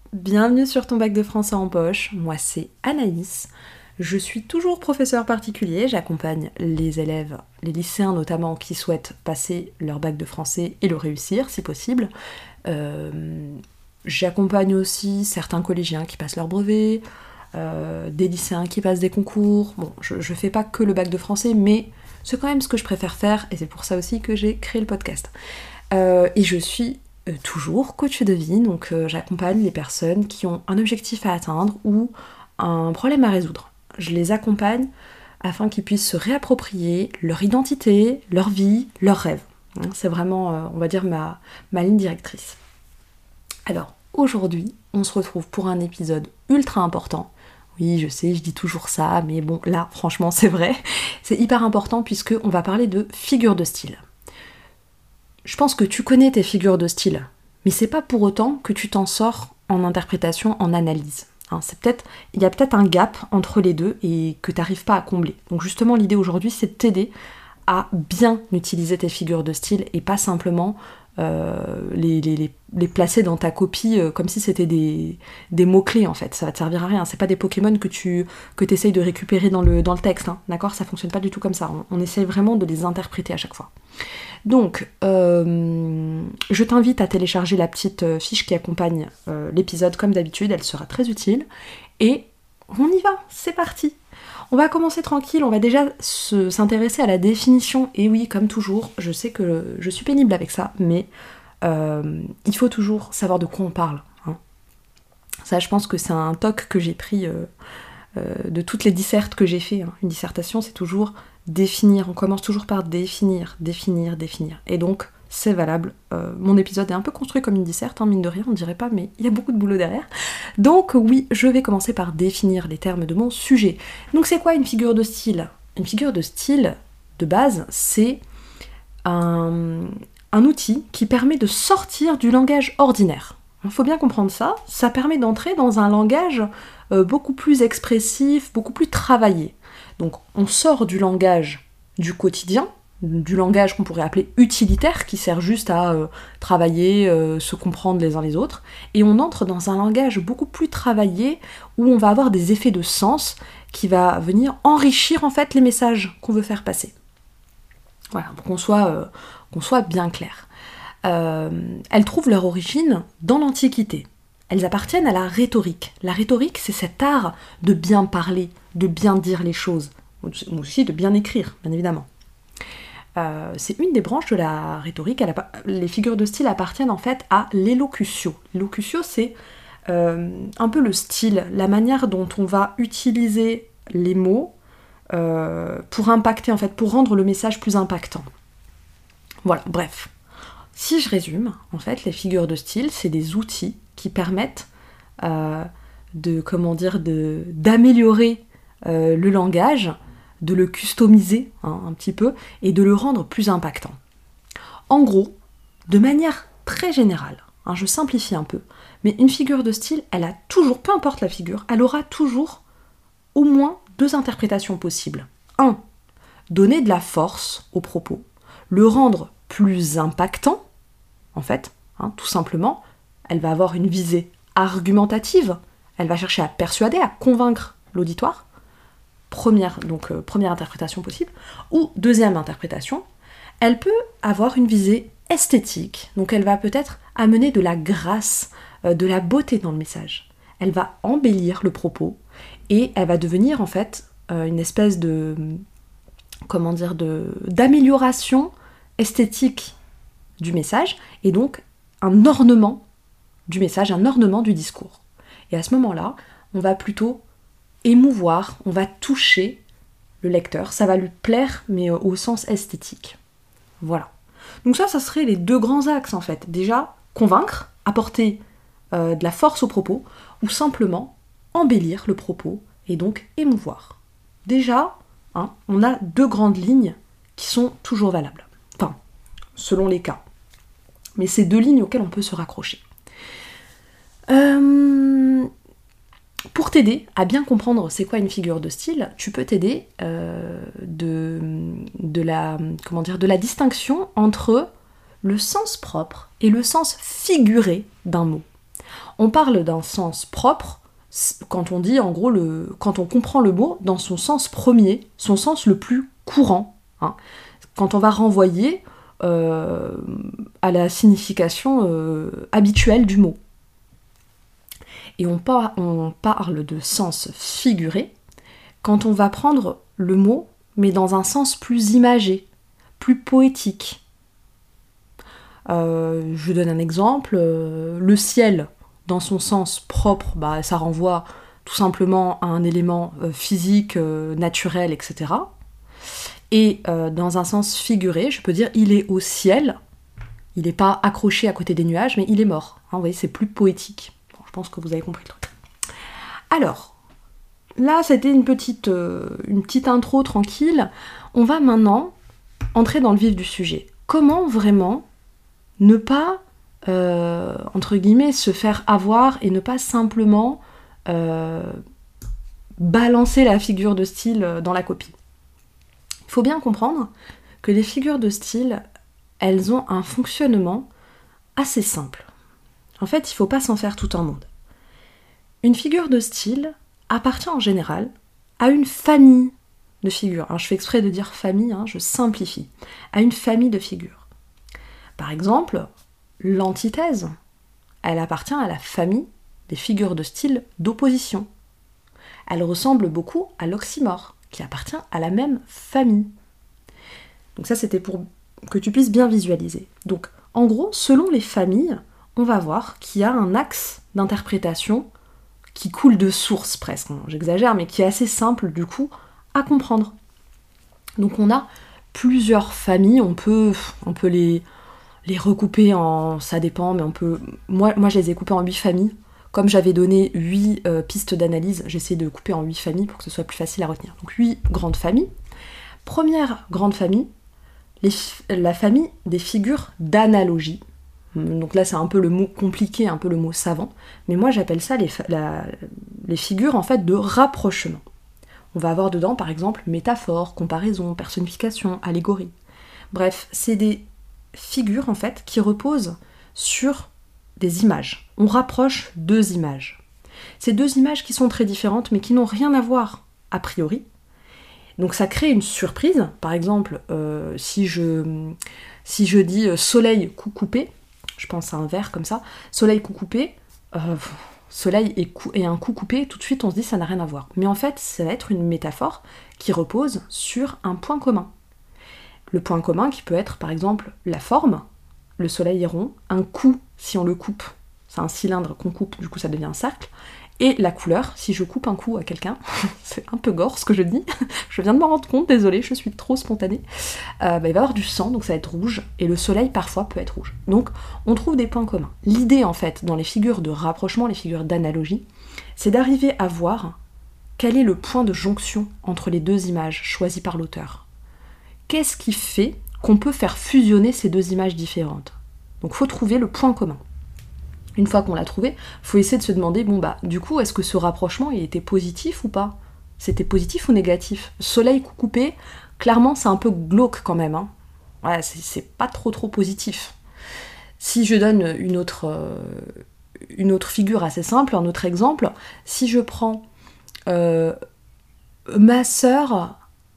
bienvenue sur ton bac de français en poche, moi c'est Anaïs, je suis toujours professeure particulier, j'accompagne les élèves, les lycéens notamment qui souhaitent passer leur bac de français et le réussir si possible. J'accompagne aussi certains collégiens qui passent leur brevet, des lycéens qui passent des concours. Bon, je fais pas que le bac de français, mais c'est quand même ce que je préfère faire et c'est pour ça aussi que j'ai créé le podcast. Et je suis toujours coach de vie, donc j'accompagne les personnes qui ont un objectif à atteindre ou un problème à résoudre. Je les accompagne afin qu'ils puissent se réapproprier leur identité, leur vie, leurs rêves. C'est vraiment, on va dire, ma ligne directrice. Alors, aujourd'hui, on se retrouve pour un épisode ultra important. Oui, je sais, je dis toujours ça, mais bon, là, franchement, c'est vrai. C'est hyper important puisqu'on va parler de figures de style. Je pense que tu connais tes figures de style, mais c'est pas pour autant que tu t'en sors en interprétation, en analyse. Il y a peut-être un gap entre les deux et que tu n'arrives pas à combler. Donc justement, l'idée aujourd'hui, c'est de t'aider à bien utiliser tes figures de style et pas simplement les placer dans ta copie comme si c'était des mots-clés en fait. Ça va te servir à rien. C'est pas des Pokémon que tu essayes de récupérer dans le texte. D'accord ? Ça fonctionne pas du tout comme ça. On essaye vraiment de les interpréter à chaque fois. Donc, je t'invite à télécharger la petite fiche qui accompagne l'épisode comme d'habitude, elle sera très utile. Et on y va, c'est parti. On va commencer tranquille, on va déjà s'intéresser à la définition. Et oui, comme toujours, je sais que je suis pénible avec ça, mais il faut toujours savoir de quoi on parle. Ça, je pense que c'est un toc que j'ai pris de toutes les dissertes que j'ai fait. Une dissertation, c'est toujours définir, on commence toujours par définir. Et donc, c'est valable. Mon épisode est un peu construit comme une disserte, mine de rien, on dirait pas, mais il y a beaucoup de boulot derrière. Donc oui, je vais commencer par définir les termes de mon sujet. Donc c'est quoi une figure de style ? Une figure de style, de base, c'est un outil qui permet de sortir du langage ordinaire. Il faut bien comprendre ça, ça permet d'entrer dans un langage beaucoup plus expressif, beaucoup plus travaillé. Donc on sort du langage du quotidien, du langage qu'on pourrait appeler utilitaire, qui sert juste à travailler, se comprendre les uns les autres, et on entre dans un langage beaucoup plus travaillé, où on va avoir des effets de sens, qui va venir enrichir en fait les messages qu'on veut faire passer. Voilà, pour qu'on soit bien clair. Elles trouvent leur origine dans l'Antiquité. Elles appartiennent à la rhétorique. La rhétorique, c'est cet art de bien parler, de bien dire les choses, ou aussi de bien écrire, bien évidemment. C'est une des branches de la rhétorique. Les figures de style appartiennent en fait à l'élocutio. L'élocutio, c'est un peu le style, la manière dont on va utiliser les mots pour impacter, en fait, pour rendre le message plus impactant. Voilà, bref. Si je résume, en fait, les figures de style, c'est des outils qui permettent d'améliorer le langage, de le customiser un petit peu, et de le rendre plus impactant. En gros, de manière très générale, je simplifie un peu, mais une figure de style, elle a toujours, peu importe la figure, elle aura toujours au moins 2 interprétations possibles. 1. Donner de la force au propos, le rendre plus impactant, en fait, tout simplement, elle va avoir une visée argumentative, elle va chercher à persuader, à convaincre l'auditoire, première interprétation possible, ou deuxième interprétation, elle peut avoir une visée esthétique, donc elle va peut-être amener de la grâce, de la beauté dans le message. Elle va embellir le propos, et elle va devenir en fait une espèce d'amélioration esthétique du message, et donc un ornement du message, un ornement du discours. Et à ce moment-là, on va plutôt émouvoir, on va toucher le lecteur, ça va lui plaire, mais au sens esthétique. Voilà. Donc ça serait les 2 grands axes en fait. Déjà, convaincre, apporter de la force au propos, ou simplement embellir le propos, et donc émouvoir. Déjà, on a 2 grandes lignes qui sont toujours valables. Enfin, selon les cas. Mais c'est 2 lignes auxquelles on peut se raccrocher. Pour t'aider à bien comprendre c'est quoi une figure de style, tu peux t'aider de la distinction entre le sens propre et le sens figuré d'un mot. On parle d'un sens propre quand on dit, en gros, quand on comprend le mot dans son sens premier, son sens le plus courant, hein, quand on va renvoyer à la signification habituelle du mot. Et on parle de sens figuré quand on va prendre le mot, mais dans un sens plus imagé, plus poétique. Je donne un exemple, le ciel, dans son sens propre, ça renvoie tout simplement à un élément physique, naturel, etc. Et dans un sens figuré, je peux dire il est au ciel, il n'est pas accroché à côté des nuages, mais il est mort. Hein, vous voyez, c'est plus poétique. Bon, je pense que vous avez compris le truc. Alors, là, c'était une petite intro tranquille. On va maintenant entrer dans le vif du sujet. Comment vraiment ne pas, entre guillemets, se faire avoir et ne pas simplement balancer la figure de style dans la copie. Il faut bien comprendre que les figures de style, elles ont un fonctionnement assez simple. En fait, il ne faut pas s'en faire tout un monde. Une figure de style appartient en général à une famille de figures. Alors, je fais exprès de dire famille, hein, je simplifie. À une famille de figures. Par exemple, l'antithèse, elle appartient à la famille des figures de style d'opposition. Elle ressemble beaucoup à l'oxymore, qui appartient à la même famille. Donc ça, c'était pour que tu puisses bien visualiser. Donc, en gros, selon les familles, on va voir qu'il y a un axe d'interprétation qui coule de source presque, j'exagère, mais qui est assez simple du coup à comprendre. Donc on a plusieurs familles, on peut les recouper en... ça dépend, mais on peut... Moi je les ai coupées en 8 familles. Comme j'avais donné 8 pistes d'analyse, j'essaie de couper en 8 familles pour que ce soit plus facile à retenir. Donc 8 grandes familles. Première grande famille, la famille des figures d'analogie. Donc là c'est un peu le mot compliqué, un peu le mot savant, mais moi j'appelle ça les figures en fait de rapprochement. On va avoir dedans par exemple métaphore, comparaison, personnification, allégorie. Bref, c'est des figures en fait qui reposent sur des images. On rapproche 2 images. Ces 2 images qui sont très différentes mais qui n'ont rien à voir a priori. Donc ça crée une surprise. Par exemple, si je dis soleil coup coupé, je pense à un vers comme ça, soleil coup coupé, soleil et un coup coupé, tout de suite on se dit ça n'a rien à voir. Mais en fait, ça va être une métaphore qui repose sur un point commun. Le point commun qui peut être par exemple la forme, le soleil est rond, un coup, si on le coupe, c'est un cylindre qu'on coupe, du coup ça devient un cercle, et la couleur, si je coupe un coup à quelqu'un, c'est un peu gore ce que je dis, je viens de m'en rendre compte, désolée, je suis trop spontanée, il va y avoir du sang, donc ça va être rouge, et le soleil parfois peut être rouge. Donc on trouve des points communs. L'idée en fait, dans les figures de rapprochement, les figures d'analogie, c'est d'arriver à voir quel est le point de jonction entre les 2 images choisies par l'auteur. Qu'est-ce qui fait qu'on peut faire fusionner ces 2 images différentes? Donc il faut trouver le point commun. Une fois qu'on l'a trouvé, il faut essayer de se demander, du coup, est-ce que ce rapprochement il était positif ou pas? C'était positif ou négatif? Soleil coup coupé, clairement c'est un peu glauque quand même. Hein. Ouais, c'est pas trop positif. Si je donne une autre figure assez simple, un autre exemple, si je prends ma sœur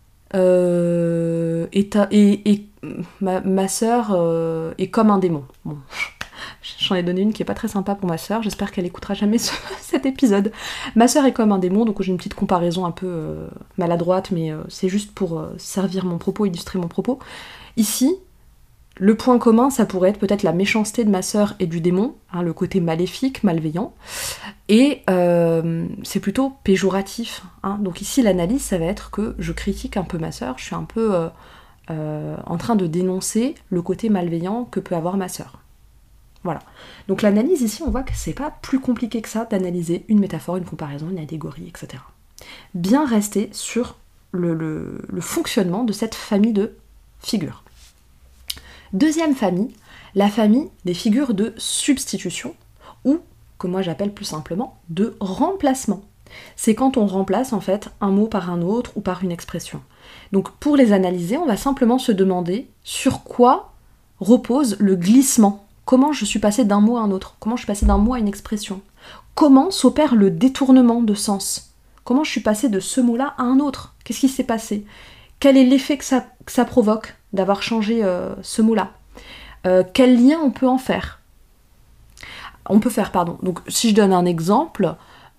ma sœur est comme un démon. Bon. J'en ai donné une qui est pas très sympa pour ma sœur, j'espère qu'elle écoutera jamais cet épisode. Ma sœur est comme un démon, donc j'ai une petite comparaison un peu maladroite, mais c'est juste pour servir mon propos, illustrer mon propos. Ici, le point commun, ça pourrait être peut-être la méchanceté de ma sœur et du démon, hein, le côté maléfique, malveillant, et c'est plutôt péjoratif. Hein. Donc ici, l'analyse, ça va être que je critique un peu ma sœur, je suis un peu en train de dénoncer le côté malveillant que peut avoir ma sœur. Voilà. Donc l'analyse ici, on voit que c'est pas plus compliqué que ça d'analyser une métaphore, une comparaison, une allégorie, etc. Bien rester sur le fonctionnement de cette famille de figures. Deuxième famille, la famille des figures de substitution, ou, que moi j'appelle plus simplement, de remplacement. C'est quand on remplace en fait un mot par un autre ou par une expression. Donc pour les analyser, on va simplement se demander sur quoi repose le glissement. Comment je suis passée d'un mot à un autre? Comment je suis passée d'un mot à une expression? comment s'opère le détournement de sens. Comment je suis passée de ce mot-là à un autre? Qu'est-ce qui s'est passé? Quel est l'effet que ça provoque d'avoir changé ce mot-là? Quel lien on peut en faire? On peut faire, pardon. Donc, si je donne un exemple,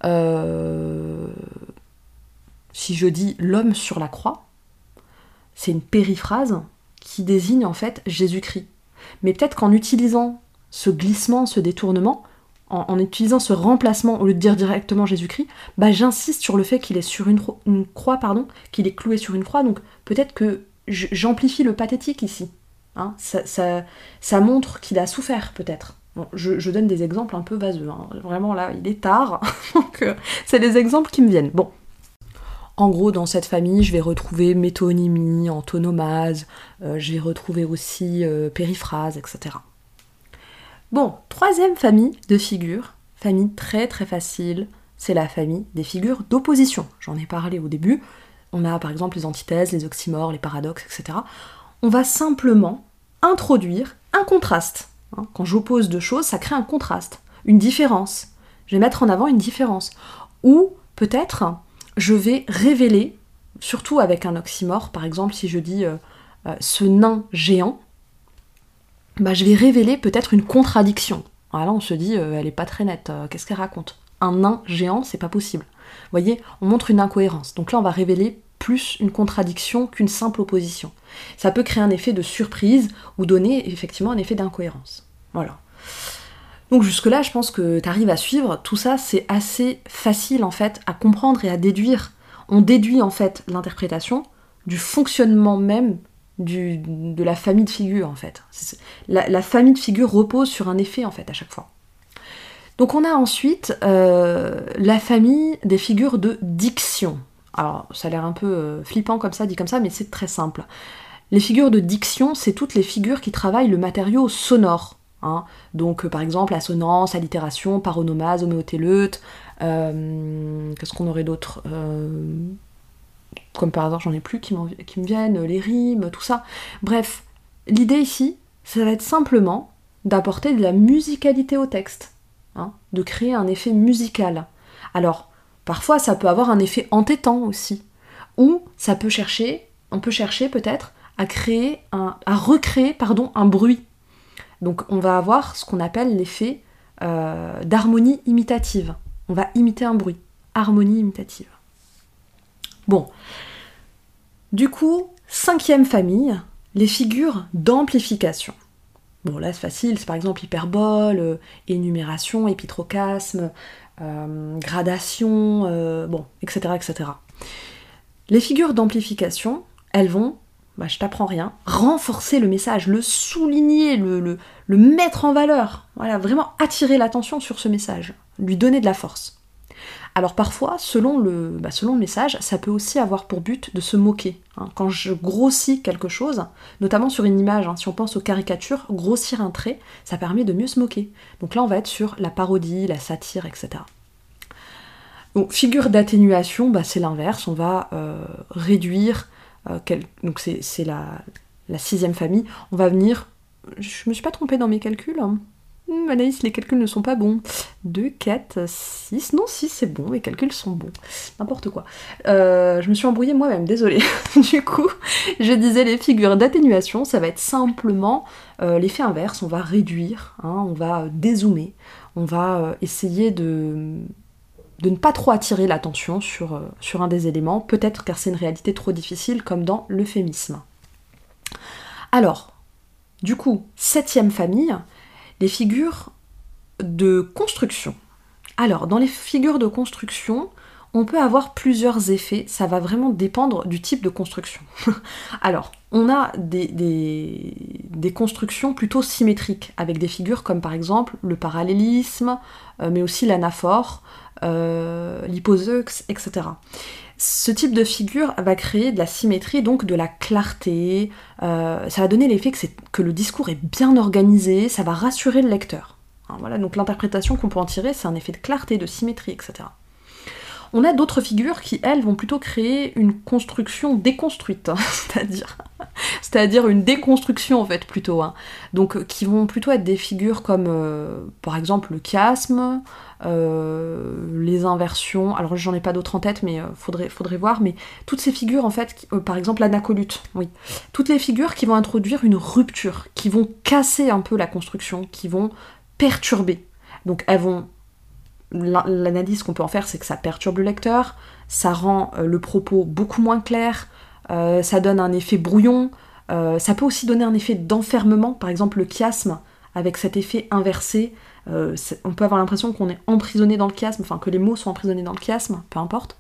si je dis l'homme sur la croix, c'est une périphrase qui désigne en fait Jésus-Christ. Mais peut-être qu'en utilisant ce glissement, ce détournement, en utilisant ce remplacement, au lieu de dire directement Jésus-Christ, j'insiste sur le fait qu'il est sur une croix, qu'il est cloué sur une croix, donc peut-être que j'amplifie le pathétique ici. Hein, ça montre qu'il a souffert, peut-être. Bon, je donne des exemples un peu vaseux, hein. Vraiment là, il est tard, donc c'est des exemples qui me viennent. Bon. En gros, dans cette famille, je vais retrouver métonymie, antonomase, je vais retrouver aussi périphrase, etc. Bon, troisième famille de figures, famille très très facile, c'est la famille des figures d'opposition. J'en ai parlé au début, on a par exemple les antithèses, les oxymores, les paradoxes, etc. On va simplement introduire un contraste. Hein. Quand j'oppose deux choses, ça crée un contraste, une différence. Je vais mettre en avant une différence. Ou peut-être, je vais révéler, surtout avec un oxymore, par exemple si je dis ce nain géant, je vais révéler peut-être une contradiction. Alors là, on se dit, elle est pas très nette, qu'est-ce qu'elle raconte? Un nain géant, c'est pas possible. Vous voyez, on montre une incohérence. Donc là, on va révéler plus une contradiction qu'une simple opposition. Ça peut créer un effet de surprise ou donner effectivement un effet d'incohérence. Voilà. Donc jusque-là, je pense que tu arrives à suivre. Tout ça, c'est assez facile en fait à comprendre et à déduire. On déduit en fait l'interprétation du fonctionnement même de la famille de figures en fait. La famille de figures repose sur un effet en fait à chaque fois. Donc on a ensuite la famille des figures de diction. Alors ça a l'air un peu flippant comme ça, dit comme ça, mais c'est très simple. Les figures de diction, c'est toutes les figures qui travaillent le matériau sonore. Hein. Donc par exemple assonance, allitération, paronomase, homéotéleute, qu'est-ce qu'on aurait d'autre comme par hasard, j'en ai plus qui me viennent, les rimes, tout ça. Bref, l'idée ici, ça va être simplement d'apporter de la musicalité au texte, hein, de créer un effet musical. Alors, parfois, ça peut avoir un effet entêtant aussi, ou on peut chercher peut-être à recréer un bruit. Donc, on va avoir ce qu'on appelle l'effet d'harmonie imitative. On va imiter un bruit, harmonie imitative. Bon, du coup, cinquième famille, les figures d'amplification. Bon, là c'est facile, c'est par exemple hyperbole, énumération, épitrocasme, gradation, etc., etc. Les figures d'amplification, elles vont, je t'apprends rien, renforcer le message, le souligner, le mettre en valeur, voilà, vraiment attirer l'attention sur ce message, lui donner de la force. Alors parfois, selon le message, ça peut aussi avoir pour but de se moquer. Hein. Quand je grossis quelque chose, notamment sur une image, hein, si on pense aux caricatures, grossir un trait, ça permet de mieux se moquer. Donc là, on va être sur la parodie, la satire, etc. Donc figure d'atténuation, c'est l'inverse, on va réduire, donc c'est la sixième famille, on va venir, je me suis pas trompée dans mes calculs, hein. Anaïs, les calculs ne sont pas bons. 2, 4, 6. Non, 6, c'est bon, les calculs sont bons. N'importe quoi. Je me suis embrouillée moi-même, désolée. Du coup, je disais les figures d'atténuation, ça va être simplement l'effet inverse. On va réduire, hein, on va dézoomer, on va essayer de ne pas trop attirer l'attention sur un des éléments, peut-être car c'est une réalité trop difficile, comme dans l'euphémisme. Alors, du coup, septième famille, les figures de construction. Alors, dans les figures de construction, on peut avoir plusieurs effets, ça va vraiment dépendre du type de construction. Alors, on a des constructions plutôt symétriques, avec des figures comme par exemple le parallélisme, mais aussi l'anaphore, l'hyposeux, etc. Ce type de figure va créer de la symétrie, donc de la clarté, ça va donner l'effet que le discours est bien organisé, ça va rassurer le lecteur. Hein, voilà, donc l'interprétation qu'on peut en tirer, c'est un effet de clarté, de symétrie, etc. On a d'autres figures qui, elles, vont plutôt créer une construction déconstruite, hein, c'est-à-dire une déconstruction en fait plutôt, hein. Donc qui vont plutôt être des figures comme par exemple le chiasme, les inversions, alors j'en ai pas d'autres en tête mais faudrait voir, mais toutes ces figures en fait, par exemple l'anacolute, oui, toutes les figures qui vont introduire une rupture, qui vont casser un peu la construction, qui vont perturber. Donc elles vont, l'analyse qu'on peut en faire, c'est que ça perturbe le lecteur, ça rend le propos beaucoup moins clair, ça donne un effet brouillon, ça peut aussi donner un effet d'enfermement, par exemple le chiasme, avec cet effet inversé, on peut avoir l'impression qu'on est emprisonné dans le chiasme, enfin que les mots sont emprisonnés dans le chiasme, peu importe.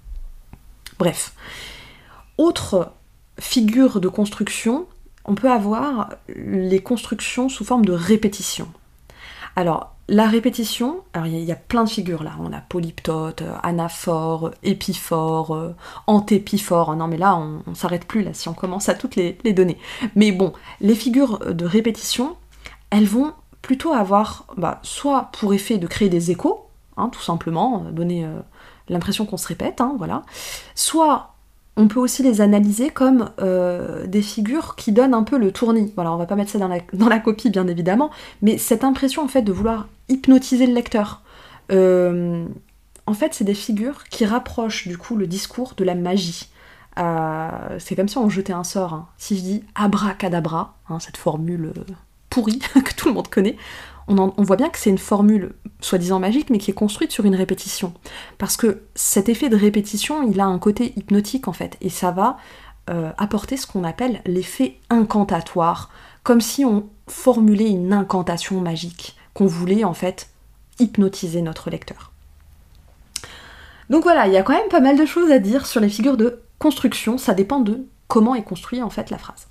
Bref. Autre figure de construction, on peut avoir les constructions sous forme de répétition. Alors, la répétition, alors il y a plein de figures là, on a polyptote, anaphore, épiphore, antépiphore, non mais là on s'arrête plus là si on commence à toutes les donner. Mais bon, les figures de répétition, elles vont plutôt avoir, soit pour effet de créer des échos, hein, tout simplement, donner l'impression qu'on se répète, hein, voilà, soit on peut aussi les analyser comme des figures qui donnent un peu le tournis. Voilà, on va pas mettre ça dans la copie, bien évidemment, mais cette impression, en fait, de vouloir hypnotiser le lecteur. En fait, c'est des figures qui rapprochent, du coup, le discours de la magie. C'est comme si on jetait un sort, hein. Si je dis abracadabra, hein, cette formule pourrie que tout le monde connaît, on voit bien que c'est une formule soi-disant magique, mais qui est construite sur une répétition. Parce que cet effet de répétition, il a un côté hypnotique, en fait, et ça va apporter ce qu'on appelle l'effet incantatoire, comme si on formulait une incantation magique, qu'on voulait, en fait, hypnotiser notre lecteur. Donc voilà, il y a quand même pas mal de choses à dire sur les figures de construction, ça dépend de comment est construite, en fait, la phrase.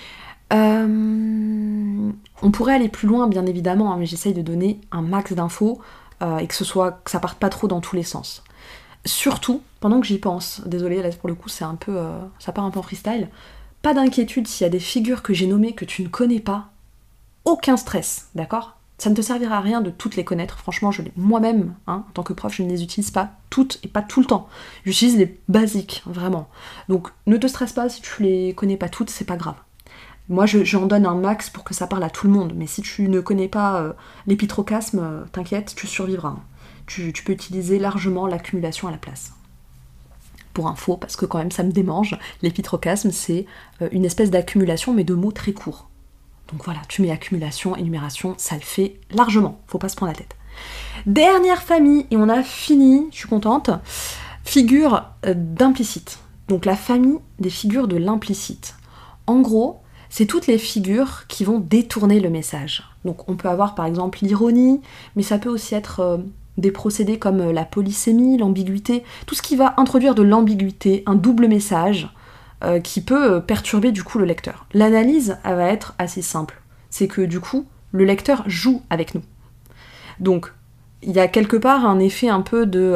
On pourrait aller plus loin bien évidemment, hein, mais j'essaye de donner un max d'infos et que ça parte pas trop dans tous les sens. Surtout, pendant que j'y pense, désolée là pour le coup c'est un peu, ça part un peu en freestyle, pas d'inquiétude s'il y a des figures que j'ai nommées que tu ne connais pas, aucun stress, d'accord ? Ça ne te servira à rien de toutes les connaître, franchement moi-même, hein, en tant que prof, je ne les utilise pas toutes et pas tout le temps. J'utilise les basiques, vraiment. Donc ne te stresse pas si tu les connais pas toutes, c'est pas grave. Moi, j'en donne un max pour que ça parle à tout le monde, mais si tu ne connais pas l'épitrocasme, t'inquiète, tu survivras. Tu peux utiliser largement l'accumulation à la place. Pour info, parce que quand même ça me démange, l'épitrocasme, c'est une espèce d'accumulation, mais de mots très courts. Donc voilà, tu mets accumulation, énumération, ça le fait largement, faut pas se prendre la tête. Dernière famille, et on a fini, je suis contente, figure d'implicite. Donc la famille des figures de l'implicite. En gros, c'est toutes les figures qui vont détourner le message. Donc on peut avoir par exemple l'ironie, mais ça peut aussi être des procédés comme la polysémie, l'ambiguïté, tout ce qui va introduire de l'ambiguïté, un double message qui peut perturber du coup le lecteur. L'analyse, elle va être assez simple. C'est que du coup, le lecteur joue avec nous. Donc, il y a quelque part un effet un peu de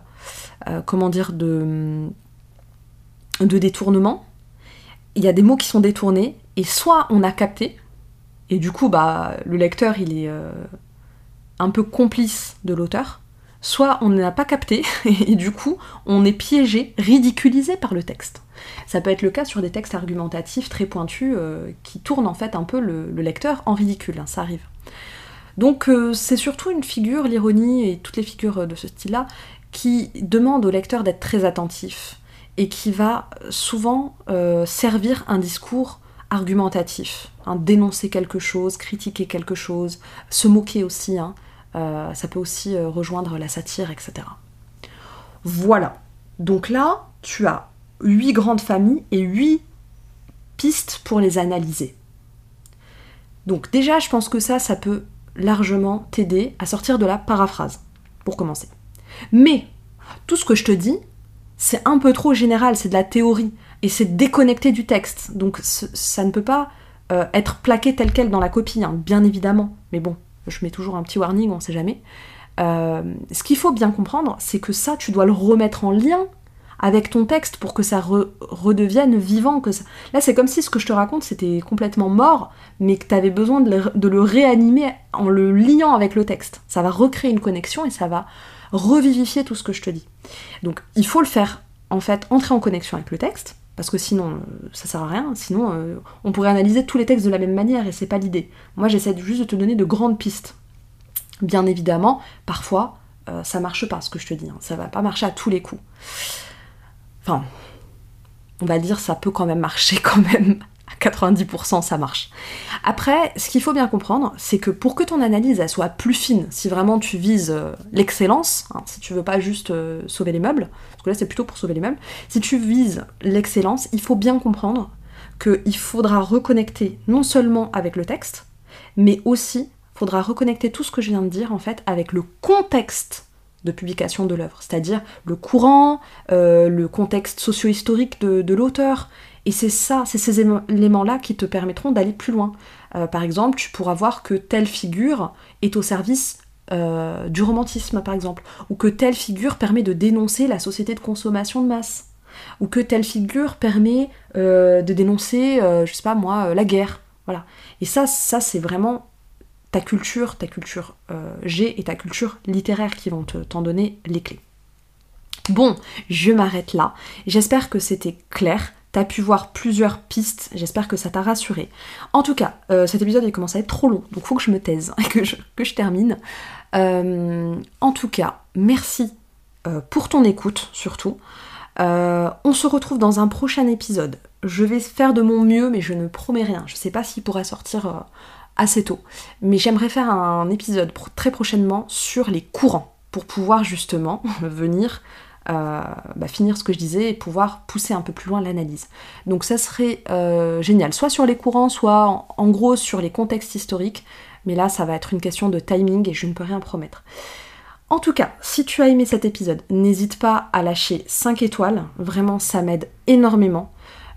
détournement. Il y a des mots qui sont détournés, et soit on a capté, et du coup, le lecteur, il est un peu complice de l'auteur, soit on n'a pas capté, et du coup, on est piégé, ridiculisé par le texte. Ça peut être le cas sur des textes argumentatifs très pointus, qui tournent en fait un peu le lecteur en ridicule, hein, ça arrive. Donc c'est surtout une figure, l'ironie et toutes les figures de ce style-là, qui demandent au lecteur d'être très attentif, et qui va souvent servir un discours argumentatif, hein, dénoncer quelque chose, critiquer quelque chose, se moquer aussi, hein, ça peut aussi rejoindre la satire, etc. Voilà, donc là, tu as 8 grandes familles et 8 pistes pour les analyser. Donc déjà, je pense que ça peut largement t'aider à sortir de la paraphrase, pour commencer. Mais, tout ce que je te dis, c'est un peu trop général, c'est de la théorie, et c'est déconnecté du texte, donc ça ne peut pas être plaqué tel quel dans la copie, hein, bien évidemment, mais bon, je mets toujours un petit warning, on sait jamais. Ce qu'il faut bien comprendre, c'est que ça, tu dois le remettre en lien avec ton texte pour que ça redevienne vivant. Là, c'est comme si ce que je te raconte, c'était complètement mort, mais que tu avais besoin de le réanimer en le liant avec le texte. Ça va recréer une connexion et ça va revivifier tout ce que je te dis. Donc il faut le faire, en fait, entrer en connexion avec le texte, parce que sinon ça sert à rien, sinon on pourrait analyser tous les textes de la même manière et c'est pas l'idée. Moi j'essaie juste de te donner de grandes pistes. Bien évidemment, parfois ça marche pas ce que je te dis, hein. Ça va pas marcher à tous les coups. Enfin, on va dire ça peut quand même marcher quand même. À 90% ça marche. Après, ce qu'il faut bien comprendre, c'est que pour que ton analyse elle soit plus fine, si vraiment tu vises l'excellence, hein, si tu veux pas juste sauver les meubles, parce que là c'est plutôt pour sauver les meubles, si tu vises l'excellence, il faut bien comprendre qu'il faudra reconnecter non seulement avec le texte, mais aussi il faudra reconnecter tout ce que je viens de dire en fait avec le contexte de publication de l'œuvre, c'est-à-dire le courant, le contexte socio-historique de l'auteur. Et c'est ça, c'est ces éléments-là qui te permettront d'aller plus loin. Par exemple, tu pourras voir que telle figure est au service du romantisme, par exemple, ou que telle figure permet de dénoncer la société de consommation de masse, ou que telle figure permet de dénoncer, je sais pas moi, la guerre. Voilà. Et ça c'est vraiment ta culture G et ta culture littéraire qui vont t'en donner les clés. Bon, je m'arrête là. J'espère que c'était clair. T'as pu voir plusieurs pistes, j'espère que ça t'a rassuré. En tout cas, cet épisode il commence à être trop long, donc faut que je me taise et que je termine. En tout cas, merci pour ton écoute surtout. On se retrouve dans un prochain épisode. Je vais faire de mon mieux, mais je ne promets rien. Je sais pas s'il pourra sortir assez tôt. Mais j'aimerais faire un épisode très prochainement sur les courants, pour pouvoir justement venir finir ce que je disais et pouvoir pousser un peu plus loin l'analyse. Donc ça serait génial, soit sur les courants, soit en gros sur les contextes historiques, mais là ça va être une question de timing et je ne peux rien promettre. En tout cas, si tu as aimé cet épisode, n'hésite pas à lâcher 5 étoiles, vraiment ça m'aide énormément.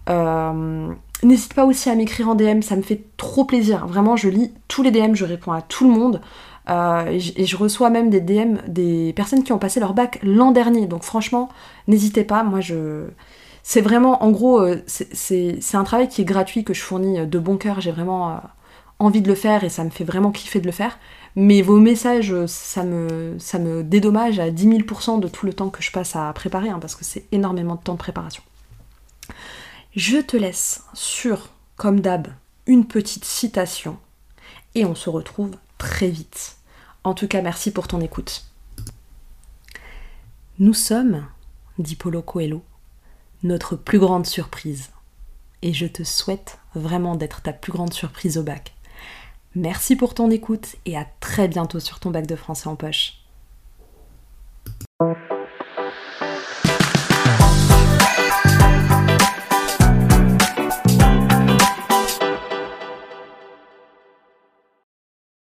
N'hésite pas aussi à m'écrire en DM, ça me fait trop plaisir, vraiment je lis tous les DM, je réponds à tout le monde. Et je reçois même des DM des personnes qui ont passé leur bac l'an dernier, donc franchement n'hésitez pas, c'est vraiment en gros c'est un travail qui est gratuit, que je fournis de bon cœur, j'ai vraiment envie de le faire et ça me fait vraiment kiffer de le faire, mais vos messages ça me dédommage à 10 000% de tout le temps que je passe à préparer, hein, parce que c'est énormément de temps de préparation. Je te laisse sur, comme d'hab, une petite citation et on se retrouve très vite. En tout cas, merci pour ton écoute. Nous sommes, dit Paulo Coelho, notre plus grande surprise. Et je te souhaite vraiment d'être ta plus grande surprise au bac. Merci pour ton écoute et à très bientôt sur ton bac de français en poche.